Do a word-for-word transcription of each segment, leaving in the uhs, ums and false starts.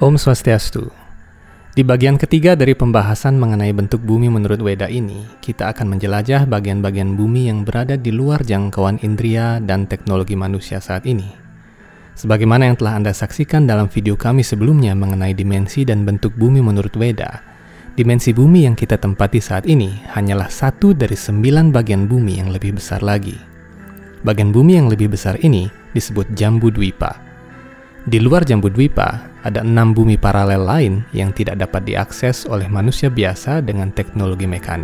Om Swastiastu. Di bagian ketiga dari pembahasan mengenai bentuk bumi menurut Weda ini, kita akan menjelajah bagian-bagian bumi yang berada di luar jangkauan indria dan teknologi manusia saat ini. Sebagaimana yang telah Anda saksikan dalam video kami sebelumnya mengenai dimensi dan bentuk bumi menurut Weda, dimensi bumi yang kita tempati saat ini hanyalah satu dari sembilan bagian bumi yang lebih besar lagi. Bagian bumi yang lebih besar ini disebut Jambudwipa. Di luar Jambudwipa, ada enam bumi paralel lain yang tidak dapat diakses oleh manusia biasa dengan teknologi mekanik.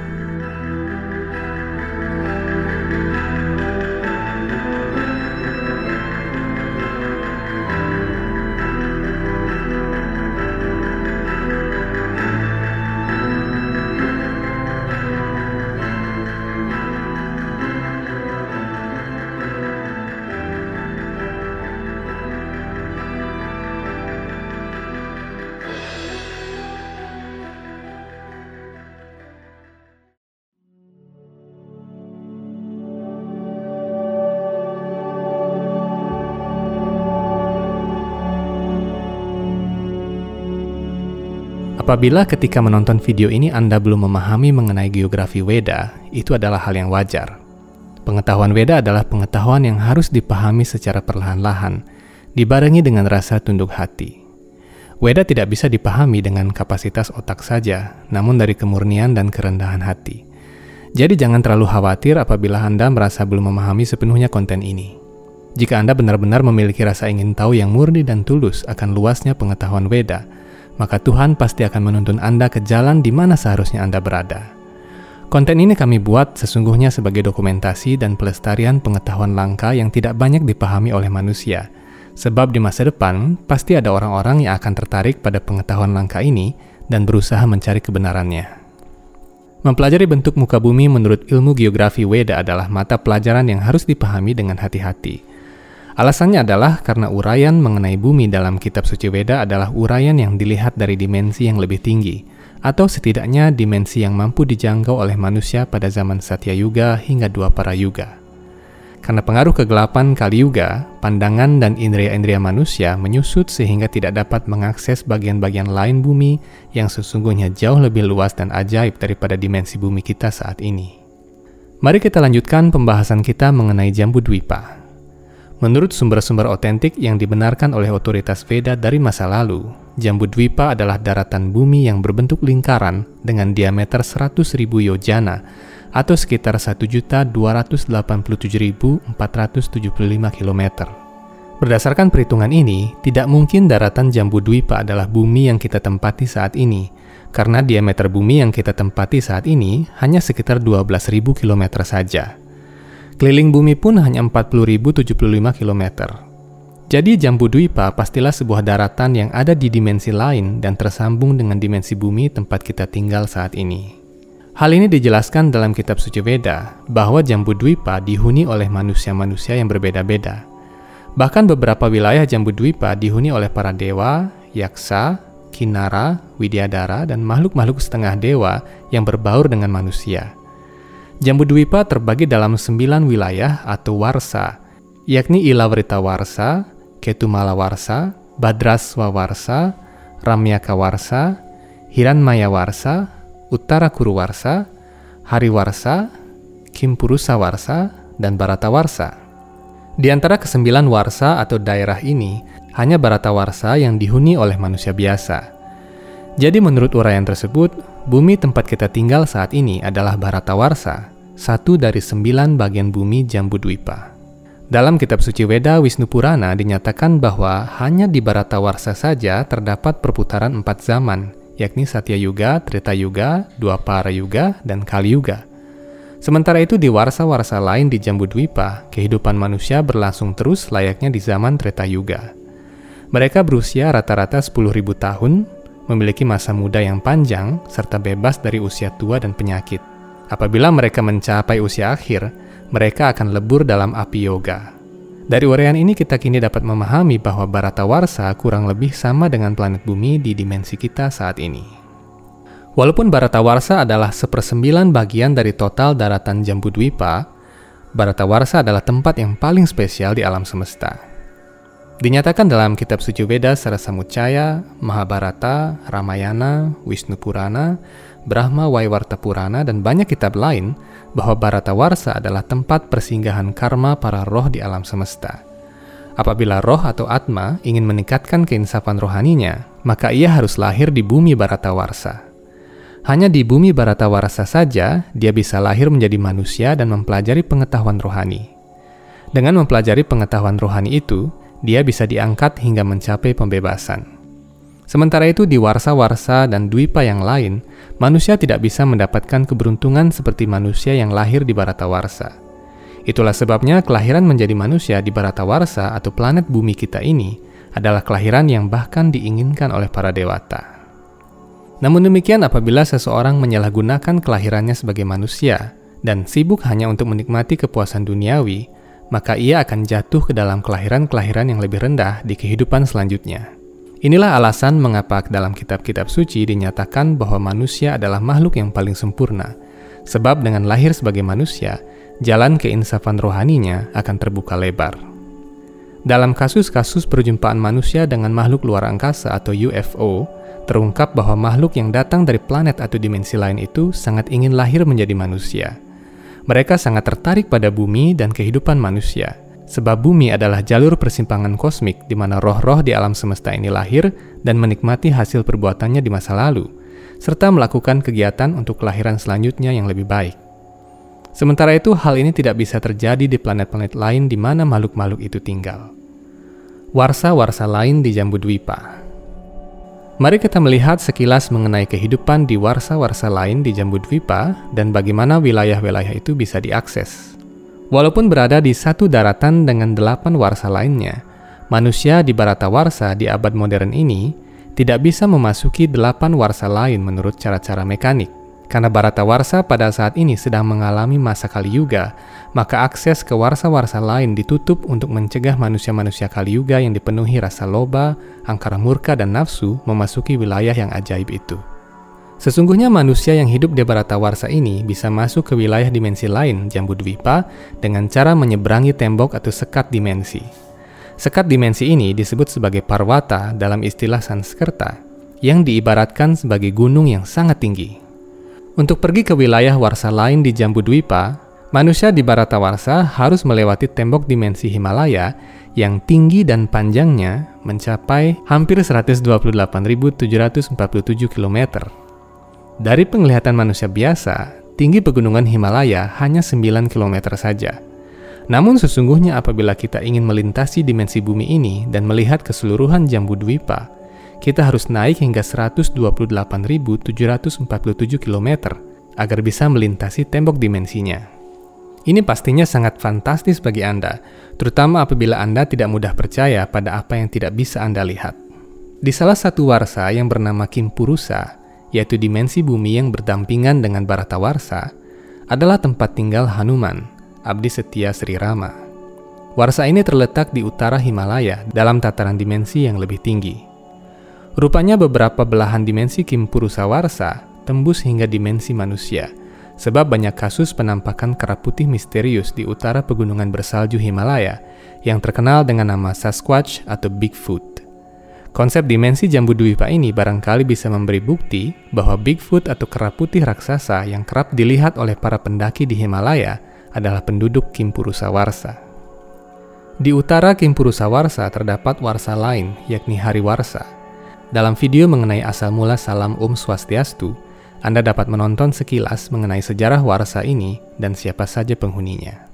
Apabila ketika menonton video ini Anda belum memahami mengenai geografi Weda, itu adalah hal yang wajar. Pengetahuan Weda adalah pengetahuan yang harus dipahami secara perlahan-lahan, dibarengi dengan rasa tunduk hati. Weda tidak bisa dipahami dengan kapasitas otak saja, namun dari kemurnian dan kerendahan hati. Jadi jangan terlalu khawatir apabila Anda merasa belum memahami sepenuhnya konten ini. Jika Anda benar-benar memiliki rasa ingin tahu yang murni dan tulus akan luasnya pengetahuan Weda, maka Tuhan pasti akan menuntun Anda ke jalan di mana seharusnya Anda berada. Konten ini kami buat sesungguhnya sebagai dokumentasi dan pelestarian pengetahuan langka yang tidak banyak dipahami oleh manusia, sebab di masa depan pasti ada orang-orang yang akan tertarik pada pengetahuan langka ini dan berusaha mencari kebenarannya. Mempelajari bentuk muka bumi menurut ilmu geografi Weda adalah mata pelajaran yang harus dipahami dengan hati-hati. Alasannya adalah karena uraian mengenai bumi dalam kitab suci Weda adalah uraian yang dilihat dari dimensi yang lebih tinggi, atau setidaknya dimensi yang mampu dijangkau oleh manusia pada zaman Satya Yuga hingga Dwapara Yuga. Karena pengaruh kegelapan Kali Yuga, pandangan dan indria-indria manusia menyusut sehingga tidak dapat mengakses bagian-bagian lain bumi yang sesungguhnya jauh lebih luas dan ajaib daripada dimensi bumi kita saat ini. Mari kita lanjutkan pembahasan kita mengenai Jambudwipa. Menurut sumber-sumber otentik yang dibenarkan oleh otoritas Veda dari masa lalu, Jambudwipa adalah daratan bumi yang berbentuk lingkaran dengan diameter seratus ribu yojana atau sekitar satu juta dua ratus delapan puluh tujuh ribu empat ratus tujuh puluh lima kilometer. Berdasarkan perhitungan ini, tidak mungkin daratan Jambudwipa adalah bumi yang kita tempati saat ini, karena diameter bumi yang kita tempati saat ini hanya sekitar dua belas ribu kilometer saja. Keliling bumi pun hanya empat puluh ribu tujuh puluh lima kilometer. Jadi Jambudwipa pastilah sebuah daratan yang ada di dimensi lain dan tersambung dengan dimensi bumi tempat kita tinggal saat ini. Hal ini dijelaskan dalam kitab suci Weda bahwa Jambudwipa dihuni oleh manusia-manusia yang berbeda-beda. Bahkan beberapa wilayah Jambudwipa dihuni oleh para dewa, yaksa, kinara, widyadara, dan makhluk-makhluk setengah dewa yang berbaur dengan manusia. Jambudwipa terbagi dalam sembilan wilayah atau warsa, yakni Ilavrita Warsa, Ketumala Warsa, Badraswa Warsa, Ramyaka Warsa, Hiranmaya Warsa, Uttara Kuru Warsa, Hariwarsa, Kimpurusa Warsa, dan Bharata Warsa. Di antara kesembilan warsa atau daerah ini, hanya Bharata Warsa yang dihuni oleh manusia biasa. Jadi menurut uraian tersebut, bumi tempat kita tinggal saat ini adalah Bharata Warsa, satu dari sembilan bagian bumi Jambudwipa. Dalam kitab suci Weda Wisnu Purana dinyatakan bahwa hanya di Bharata Warsa saja terdapat perputaran empat zaman, yakni Satya Yuga, Treta Yuga, Dwapara Yuga, dan Kali Yuga. Sementara itu di warsa-warsa lain di Jambudwipa, kehidupan manusia berlangsung terus layaknya di zaman Treta Yuga. Mereka berusia rata-rata sepuluh ribu tahun, memiliki masa muda yang panjang, serta bebas dari usia tua dan penyakit. Apabila mereka mencapai usia akhir, mereka akan lebur dalam api yoga. Dari uraian ini kita kini dapat memahami bahwa Bharata Warsa kurang lebih sama dengan planet bumi di dimensi kita saat ini. Walaupun Bharata Warsa adalah sepersembilan bagian dari total daratan Jambudwipa, Bharata Warsa adalah tempat yang paling spesial di alam semesta. Dinyatakan dalam kitab suci Veda secara Samuccaya, Mahabharata, Ramayana, Wisnu Purana, Brahma Waiwarta Purana, dan banyak kitab lain bahwa Bharatawarsha adalah tempat persinggahan karma para roh di alam semesta. Apabila roh atau Atma ingin meningkatkan keinsafan rohaninya, maka ia harus lahir di bumi Bharatawarsha. Hanya di bumi Bharatawarsha saja dia bisa lahir menjadi manusia dan mempelajari pengetahuan rohani. Dengan mempelajari pengetahuan rohani itu, dia bisa diangkat hingga mencapai pembebasan. Sementara itu di warsa-warsa dan dwipa yang lain, manusia tidak bisa mendapatkan keberuntungan seperti manusia yang lahir di Bharatawarsha. Itulah sebabnya kelahiran menjadi manusia di Bharatawarsha atau planet bumi kita ini adalah kelahiran yang bahkan diinginkan oleh para dewata. Namun demikian, apabila seseorang menyalahgunakan kelahirannya sebagai manusia dan sibuk hanya untuk menikmati kepuasan duniawi, maka ia akan jatuh ke dalam kelahiran-kelahiran yang lebih rendah di kehidupan selanjutnya. Inilah alasan mengapa dalam kitab-kitab suci dinyatakan bahwa manusia adalah makhluk yang paling sempurna, sebab dengan lahir sebagai manusia, jalan keinsafan rohaninya akan terbuka lebar. Dalam kasus-kasus perjumpaan manusia dengan makhluk luar angkasa atau U F O, terungkap bahwa makhluk yang datang dari planet atau dimensi lain itu sangat ingin lahir menjadi manusia. Mereka sangat tertarik pada bumi dan kehidupan manusia, sebab bumi adalah jalur persimpangan kosmik di mana roh-roh di alam semesta ini lahir dan menikmati hasil perbuatannya di masa lalu, serta melakukan kegiatan untuk kelahiran selanjutnya yang lebih baik. Sementara itu, hal ini tidak bisa terjadi di planet-planet lain di mana makhluk-makhluk itu tinggal. Warsa-warsa lain di Jambudwipa. Mari kita melihat sekilas mengenai kehidupan di warsa-warsa lain di Jambudwipa dan bagaimana wilayah-wilayah itu bisa diakses. Walaupun berada di satu daratan dengan delapan warsa lainnya, manusia di Bharatawarsha di abad modern ini tidak bisa memasuki delapan warsa lain menurut cara-cara mekanik. Karena Bharatawarsha pada saat ini sedang mengalami masa Kali Yuga, maka akses ke warsa-warsa lain ditutup untuk mencegah manusia-manusia Kali Yuga yang dipenuhi rasa loba, angkara murka, dan nafsu memasuki wilayah yang ajaib itu. Sesungguhnya manusia yang hidup di Bharatawarsha ini bisa masuk ke wilayah dimensi lain Jambudwipa dengan cara menyeberangi tembok atau sekat dimensi. Sekat dimensi ini disebut sebagai Parwata dalam istilah Sanskerta, yang diibaratkan sebagai gunung yang sangat tinggi. Untuk pergi ke wilayah warsa lain di Jambudwipa, manusia di Bharatawarsha harus melewati tembok dimensi Himalaya yang tinggi dan panjangnya mencapai hampir seratus dua puluh delapan ribu tujuh ratus empat puluh tujuh kilometer. Dari penglihatan manusia biasa, tinggi pegunungan Himalaya hanya sembilan kilometer saja. Namun sesungguhnya apabila kita ingin melintasi dimensi bumi ini dan melihat keseluruhan Jambudwipa, kita harus naik hingga seratus dua puluh delapan ribu tujuh ratus empat puluh tujuh kilometer agar bisa melintasi tembok dimensinya. Ini pastinya sangat fantastis bagi Anda, terutama apabila Anda tidak mudah percaya pada apa yang tidak bisa Anda lihat. Di salah satu warsa yang bernama Kimpurusa, yaitu dimensi bumi yang berdampingan dengan Bharatawarsha, adalah tempat tinggal Hanuman, abdi setia Sri Rama. Warsa ini terletak di utara Himalaya dalam tataran dimensi yang lebih tinggi. Rupanya beberapa belahan dimensi Kimpurusa Warsa tembus hingga dimensi manusia, sebab banyak kasus penampakan kera putih misterius di utara pegunungan bersalju Himalaya yang terkenal dengan nama Sasquatch atau Bigfoot. Konsep dimensi Jambudwipa ini barangkali bisa memberi bukti bahwa Bigfoot atau kera putih raksasa yang kerap dilihat oleh para pendaki di Himalaya adalah penduduk Kimpurusa Warsa. Di utara Kimpurusa Warsa terdapat warsa lain, yakni Hariwarsa. Dalam video mengenai asal mula Salam Om Swastiastu, Anda dapat menonton sekilas mengenai sejarah warsa ini dan siapa saja penghuninya.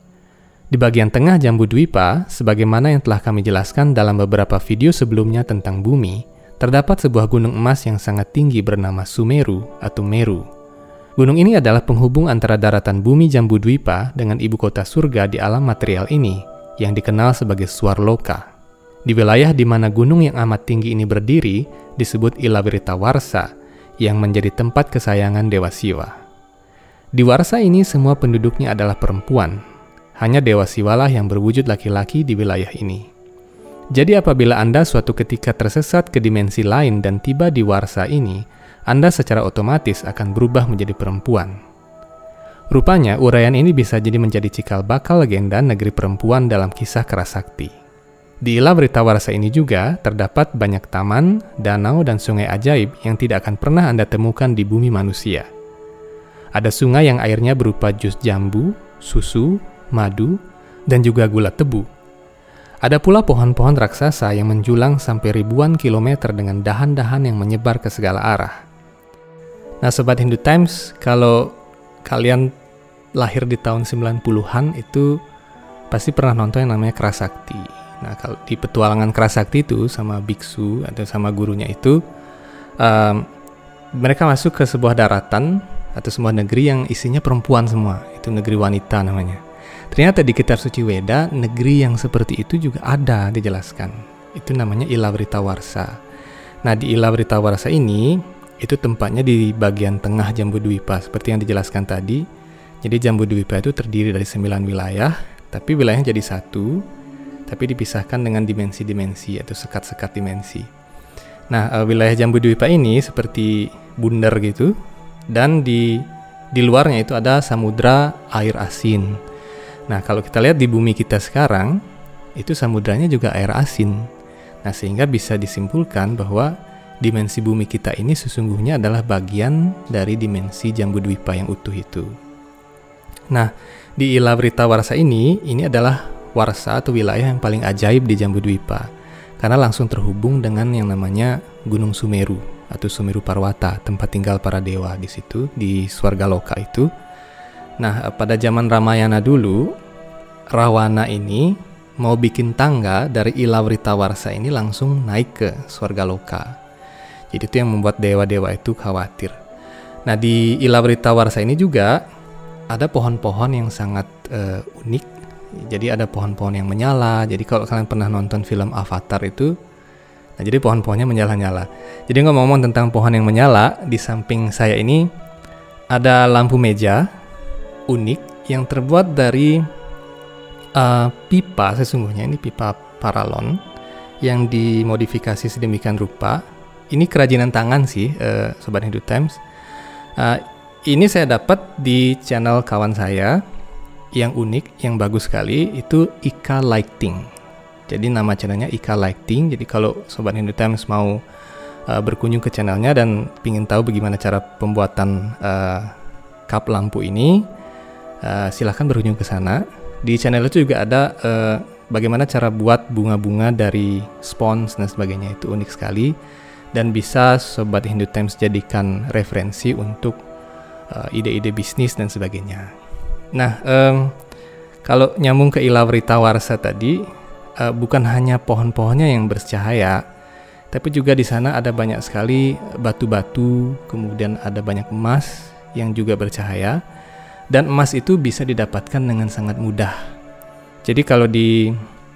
Di bagian tengah Jambudwipa, sebagaimana yang telah kami jelaskan dalam beberapa video sebelumnya tentang bumi, terdapat sebuah gunung emas yang sangat tinggi bernama Sumeru atau Meru. Gunung ini adalah penghubung antara daratan bumi Jambudwipa dengan ibu kota surga di alam material ini, yang dikenal sebagai Swarloka. Di wilayah di mana gunung yang amat tinggi ini berdiri disebut Ilavrita Warsa, yang menjadi tempat kesayangan Dewa Siwa. Di Warsa ini semua penduduknya adalah perempuan, hanya Dewa Siwalah yang berwujud laki-laki di wilayah ini. Jadi apabila Anda suatu ketika tersesat ke dimensi lain dan tiba di Warsa ini, Anda secara otomatis akan berubah menjadi perempuan. Rupanya uraian ini bisa jadi menjadi cikal bakal legenda negeri perempuan dalam kisah Kerasakti. Di Ilawritawarsa ini juga terdapat banyak taman, danau, dan sungai ajaib yang tidak akan pernah Anda temukan di bumi manusia. Ada sungai yang airnya berupa jus jambu, susu, madu, dan juga gula tebu. Ada pula pohon-pohon raksasa yang menjulang sampai ribuan kilometer dengan dahan-dahan yang menyebar ke segala arah. Nah, Sobat Hindu Times, kalau kalian lahir di tahun sembilan puluhan itu pasti pernah nonton yang namanya Kerasakti. Nah, kalau di petualangan Kerasakti itu sama biksu atau sama gurunya itu, um, mereka masuk ke sebuah daratan atau sebuah negeri yang isinya perempuan semua. Itu negeri wanita namanya. Ternyata di Kitab Suci Weda, negeri yang seperti itu juga ada dijelaskan. Itu namanya Ilawritawarsa. Nah, di Ilawritawarsa ini, itu tempatnya di bagian tengah Jambudwipa, seperti yang dijelaskan tadi. Jadi Jambudwipa itu terdiri dari sembilan wilayah, tapi wilayahnya jadi satu, tapi dipisahkan dengan dimensi-dimensi atau sekat-sekat dimensi. Nah, e, wilayah Jambudwipa ini seperti bundar gitu, dan di di luarnya itu ada samudra air asin. Nah, kalau kita lihat di bumi kita sekarang, itu samudranya juga air asin. Nah, sehingga bisa disimpulkan bahwa dimensi bumi kita ini sesungguhnya adalah bagian dari dimensi Jambudwipa yang utuh itu. Nah, di Ilawritawarsa ini, ini adalah warsa atau wilayah yang paling ajaib di Jambudwipa, karena langsung terhubung dengan yang namanya Gunung Sumeru atau Sumeru Parwata, tempat tinggal para dewa di situ, di Swargaloka itu. Nah, pada zaman Ramayana dulu, Rawana ini mau bikin tangga dari Ilawritawarsa ini langsung naik ke Swargaloka. Jadi itu yang membuat dewa-dewa itu khawatir. Nah, di Ilawritawarsa ini juga ada pohon-pohon yang sangat uh, unik. Jadi ada pohon-pohon yang menyala. Jadi kalau kalian pernah nonton film Avatar itu, nah jadi pohon-pohonnya menyala-nyala. Jadi ngomong-ngomong tentang pohon yang menyala, di samping saya ini ada lampu meja unik yang terbuat dari uh, pipa, sesungguhnya ini pipa paralon yang dimodifikasi sedemikian rupa. Ini kerajinan tangan sih, uh, Sobat Hindu Times. Uh, ini saya dapat di channel kawan saya yang unik, yang bagus sekali, itu Ika Lighting. Jadi nama channelnya Ika Lighting. Jadi kalau Sobat Hindu Times mau uh, berkunjung ke channelnya dan ingin tahu bagaimana cara pembuatan uh, kap lampu ini, uh, silahkan berkunjung ke sana. Di channel itu juga ada uh, bagaimana cara buat bunga-bunga dari spons dan sebagainya. Itu unik sekali dan bisa Sobat Hindu Times jadikan referensi untuk uh, ide-ide bisnis dan sebagainya. Nah, um, kalau nyambung ke Ilawritawarsa tadi, uh, bukan hanya pohon-pohonnya yang bercahaya, tapi juga di sana ada banyak sekali batu-batu, kemudian ada banyak emas yang juga bercahaya, dan emas itu bisa didapatkan dengan sangat mudah. Jadi kalau di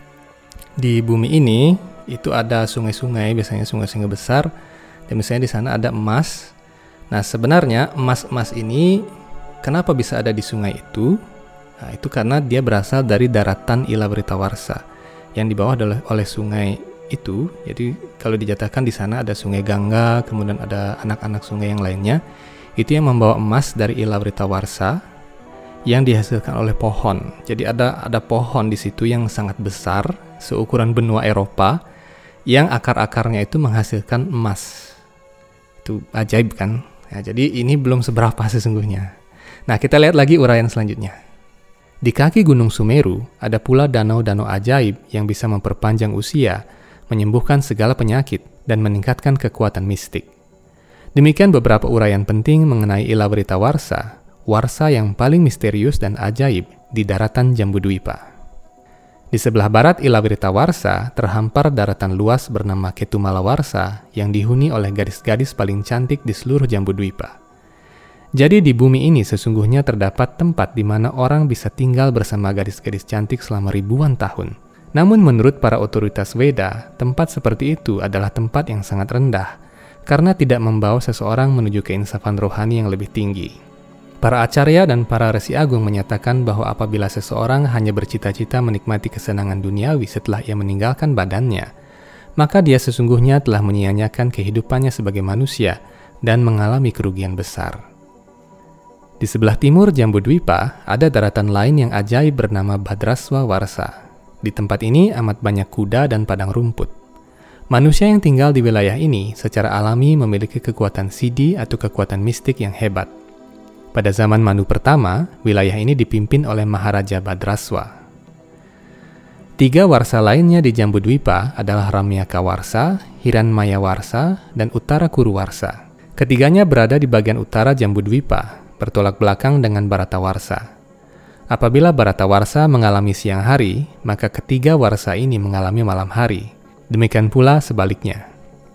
di bumi ini itu ada sungai-sungai, biasanya sungai-sungai besar, dan misalnya di sana ada emas. Nah, sebenarnya emas-emas ini kenapa bisa ada di sungai itu? Nah, itu karena dia berasal dari daratan Ilawritawarsa yang dibawa oleh, oleh sungai itu. Jadi kalau dijatakan di sana ada sungai Gangga, kemudian ada anak-anak sungai yang lainnya, itu yang membawa emas dari Ilawritawarsa yang dihasilkan oleh pohon. Jadi ada ada pohon di situ yang sangat besar, seukuran benua Eropa, yang akar-akarnya itu menghasilkan emas. Itu ajaib kan? Ya, jadi ini belum seberapa sesungguhnya. Nah, kita lihat lagi uraian selanjutnya. Di kaki Gunung Sumeru, ada pula danau-danau ajaib yang bisa memperpanjang usia, menyembuhkan segala penyakit, dan meningkatkan kekuatan mistik. Demikian beberapa uraian penting mengenai Ilawritawarsa, warsa yang paling misterius dan ajaib di daratan Jambudwipa. Di sebelah barat Ilawritawarsa terhampar daratan luas bernama Ketumalawarsa yang dihuni oleh gadis-gadis paling cantik di seluruh Jambudwipa. Jadi di bumi ini sesungguhnya terdapat tempat di mana orang bisa tinggal bersama gadis-gadis cantik selama ribuan tahun. Namun menurut para otoritas Weda, tempat seperti itu adalah tempat yang sangat rendah, karena tidak membawa seseorang menuju keinsafan rohani yang lebih tinggi. Para acarya dan para resi agung menyatakan bahwa apabila seseorang hanya bercita-cita menikmati kesenangan duniawi setelah ia meninggalkan badannya, maka dia sesungguhnya telah menyia-nyiakan kehidupannya sebagai manusia dan mengalami kerugian besar. Di sebelah timur Jambudwipa ada daratan lain yang ajaib bernama Bhadraswa Warsa. Di tempat ini amat banyak kuda dan padang rumput. Manusia yang tinggal di wilayah ini secara alami memiliki kekuatan siddhi atau kekuatan mistik yang hebat. Pada zaman Manu pertama, wilayah ini dipimpin oleh Maharaja Badraswa. Tiga warsa lainnya di Jambudwipa adalah Ramyaka Warsa, Hiranmaya Warsa, dan Uttara Kuru Warsa. Ketiganya berada di bagian utara Jambudwipa, bertolak belakang dengan Bharatawarsa. Apabila Bharatawarsa mengalami siang hari, maka ketiga warsa ini mengalami malam hari. Demikian pula sebaliknya.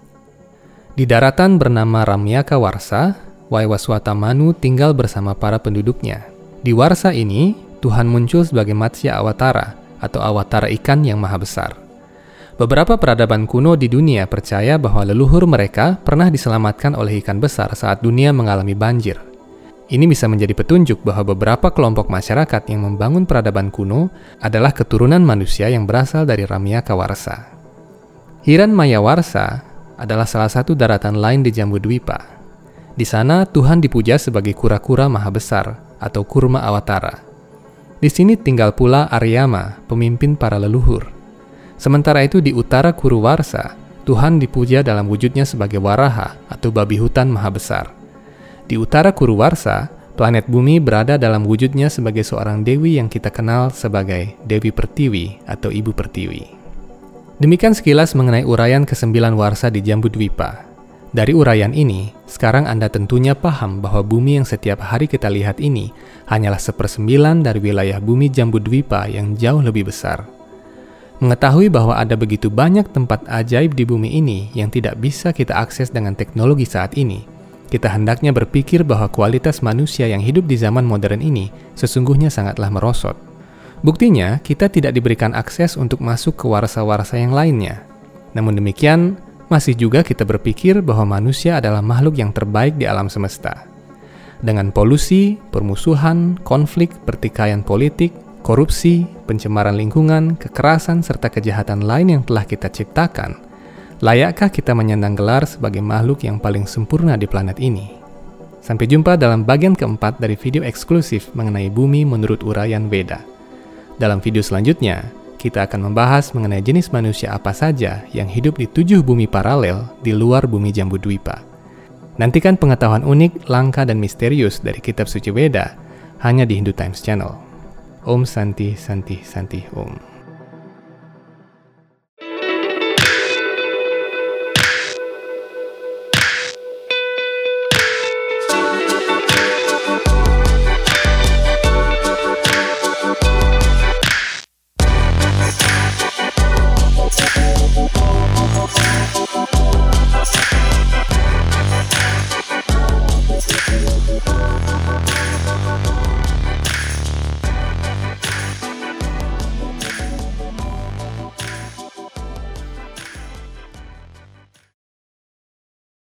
Di daratan bernama Ramyaka Warsa, Waiwaswata Manu tinggal bersama para penduduknya. Di warsa ini, Tuhan muncul sebagai Matsya Awatara, atau awatara ikan yang maha besar. Beberapa peradaban kuno di dunia percaya bahwa leluhur mereka pernah diselamatkan oleh ikan besar saat dunia mengalami banjir. Ini bisa menjadi petunjuk bahwa beberapa kelompok masyarakat yang membangun peradaban kuno adalah keturunan manusia yang berasal dari Ramyaka Warsa. Hiranmaya Warsa adalah salah satu daratan lain di Jambudwipa. Di sana Tuhan dipuja sebagai kura-kura maha besar atau Kurma Awatara. Di sini tinggal pula Aryama, pemimpin para leluhur. Sementara itu di utara Kuru Warsa, Tuhan dipuja dalam wujudnya sebagai Waraha atau babi hutan maha besar. Di utara Kuru Warsa, planet bumi berada dalam wujudnya sebagai seorang dewi yang kita kenal sebagai Dewi Pertiwi atau Ibu Pertiwi. Demikian sekilas mengenai uraian kesembilan warsa di Jambudwipa. Dari uraian ini, sekarang Anda tentunya paham bahwa bumi yang setiap hari kita lihat ini hanyalah sepersembilan dari wilayah bumi Jambudwipa yang jauh lebih besar. Mengetahui bahwa ada begitu banyak tempat ajaib di bumi ini yang tidak bisa kita akses dengan teknologi saat ini, kita hendaknya berpikir bahwa kualitas manusia yang hidup di zaman modern ini sesungguhnya sangatlah merosot. Buktinya, kita tidak diberikan akses untuk masuk ke warsa-warsa yang lainnya. Namun demikian, masih juga kita berpikir bahwa manusia adalah makhluk yang terbaik di alam semesta. Dengan polusi, permusuhan, konflik, pertikaian politik, korupsi, pencemaran lingkungan, kekerasan, serta kejahatan lain yang telah kita ciptakan, layakkah kita menyandang gelar sebagai makhluk yang paling sempurna di planet ini? Sampai jumpa dalam bagian keempat dari video eksklusif mengenai bumi menurut uraian Weda. Dalam video selanjutnya, kita akan membahas mengenai jenis manusia apa saja yang hidup di tujuh bumi paralel di luar bumi Jambudwipa. Nantikan pengetahuan unik, langka, dan misterius dari kitab suci Weda hanya di Hindu Times Channel. Om Santi Santi Santi Om.